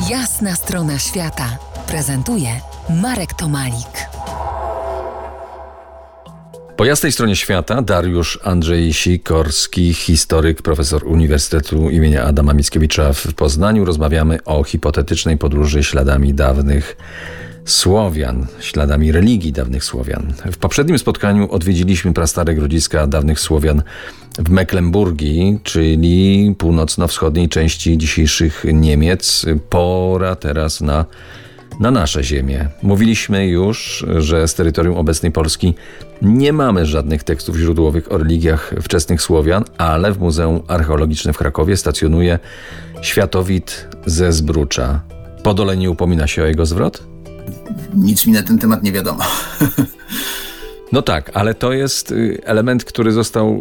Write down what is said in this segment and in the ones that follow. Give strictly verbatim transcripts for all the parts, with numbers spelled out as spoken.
Jasna strona świata prezentuje Marek Tomalik. Po jasnej stronie świata Dariusz Andrzej Sikorski, historyk, profesor Uniwersytetu imienia Adama Mickiewicza w Poznaniu. Rozmawiamy o hipotetycznej podróży śladami dawnych Słowian, śladami religii dawnych Słowian. W poprzednim spotkaniu odwiedziliśmy prastare grodziska dawnych Słowian w Mecklenburgii, czyli północno-wschodniej części dzisiejszych Niemiec. Pora teraz na Na nasze ziemię. Mówiliśmy już, że z terytorium obecnej Polski nie mamy żadnych tekstów źródłowych o religiach wczesnych Słowian, ale w Muzeum Archeologicznym w Krakowie stacjonuje światowid ze Zbrucza. Podole nie upomina się o jego zwrot? Nic mi na ten temat nie wiadomo. No tak, ale to jest element, który został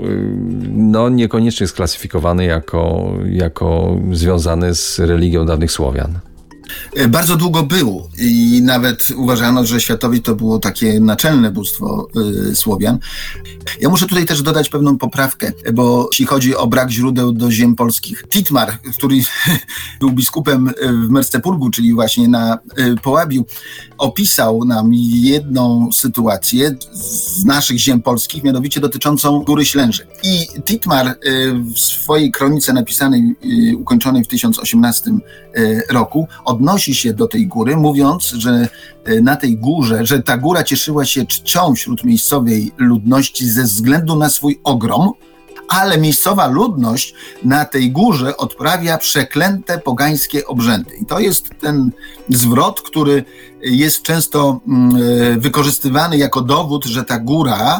no, niekoniecznie sklasyfikowany jako, jako związany z religią dawnych Słowian. Bardzo długo był i nawet uważano, że światowid to było takie naczelne bóstwo y, Słowian. Ja muszę tutaj też dodać pewną poprawkę, bo jeśli chodzi o brak źródeł do ziem polskich, Titmar, który był biskupem w Merseburgu, czyli właśnie na y, Połabiu, opisał nam jedną sytuację z naszych ziem polskich, mianowicie dotyczącą Góry Ślęży. I Titmar y, w swojej kronice napisanej, y, ukończonej w tysiąc osiemnastym y, roku, odnosi się do tej góry, mówiąc, że na tej górze, że ta góra cieszyła się czcią wśród miejscowej ludności ze względu na swój ogrom, ale miejscowa ludność na tej górze odprawia przeklęte pogańskie obrzędy. I to jest ten zwrot, który jest często wykorzystywany jako dowód, że ta góra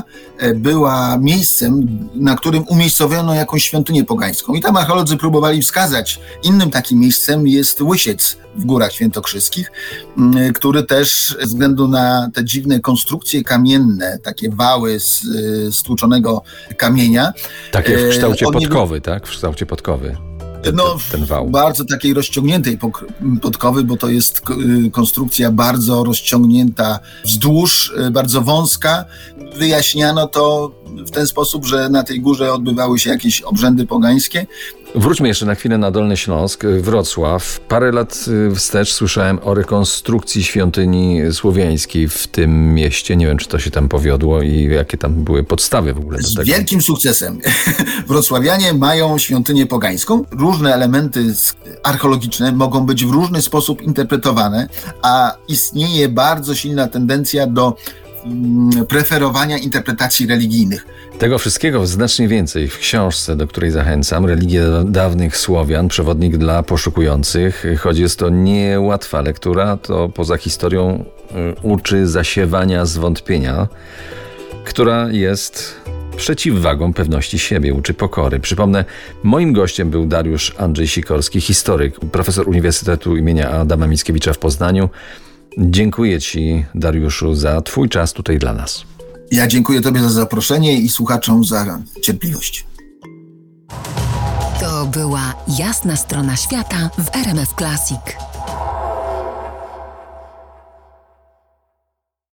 była miejscem, na którym umiejscowiono jakąś świątynię pogańską. I tam archeolodzy próbowali wskazać. Innym takim miejscem jest Łysiec w Górach Świętokrzyskich, który też ze względu na te dziwne konstrukcje kamienne, takie wały z stłuczonego kamienia. Takie w kształcie podkowy, niego... tak? W kształcie podkowy. Ten, no, ten wał. Bardzo takiej rozciągniętej podkowy, bo to jest konstrukcja bardzo rozciągnięta wzdłuż, bardzo wąska. Wyjaśniano to w ten sposób, że na tej górze odbywały się jakieś obrzędy pogańskie. Wróćmy jeszcze na chwilę na Dolny Śląsk, Wrocław. Parę lat wstecz słyszałem o rekonstrukcji świątyni słowiańskiej w tym mieście. Nie wiem, czy to się tam powiodło i jakie tam były podstawy w ogóle do tego. Z wielkim sukcesem. Wrocławianie mają świątynię pogańską. Różne elementy archeologiczne mogą być w różny sposób interpretowane, a istnieje bardzo silna tendencja do preferowania interpretacji religijnych. Tego wszystkiego znacznie więcej w książce, do której zachęcam, Religia dawnych Słowian, przewodnik dla poszukujących. Choć jest to niełatwa lektura, to poza historią uczy zasiewania zwątpienia, która jest przeciwwagą pewności siebie, uczy pokory. Przypomnę, moim gościem był Dariusz Andrzej Sikorski, historyk, profesor Uniwersytetu imienia Adama Mickiewicza w Poznaniu. Dziękuję Ci, Dariuszu, za Twój czas tutaj dla nas. Ja dziękuję Tobie za zaproszenie i słuchaczom za cierpliwość. To była Jasna strona świata w R M F Classic.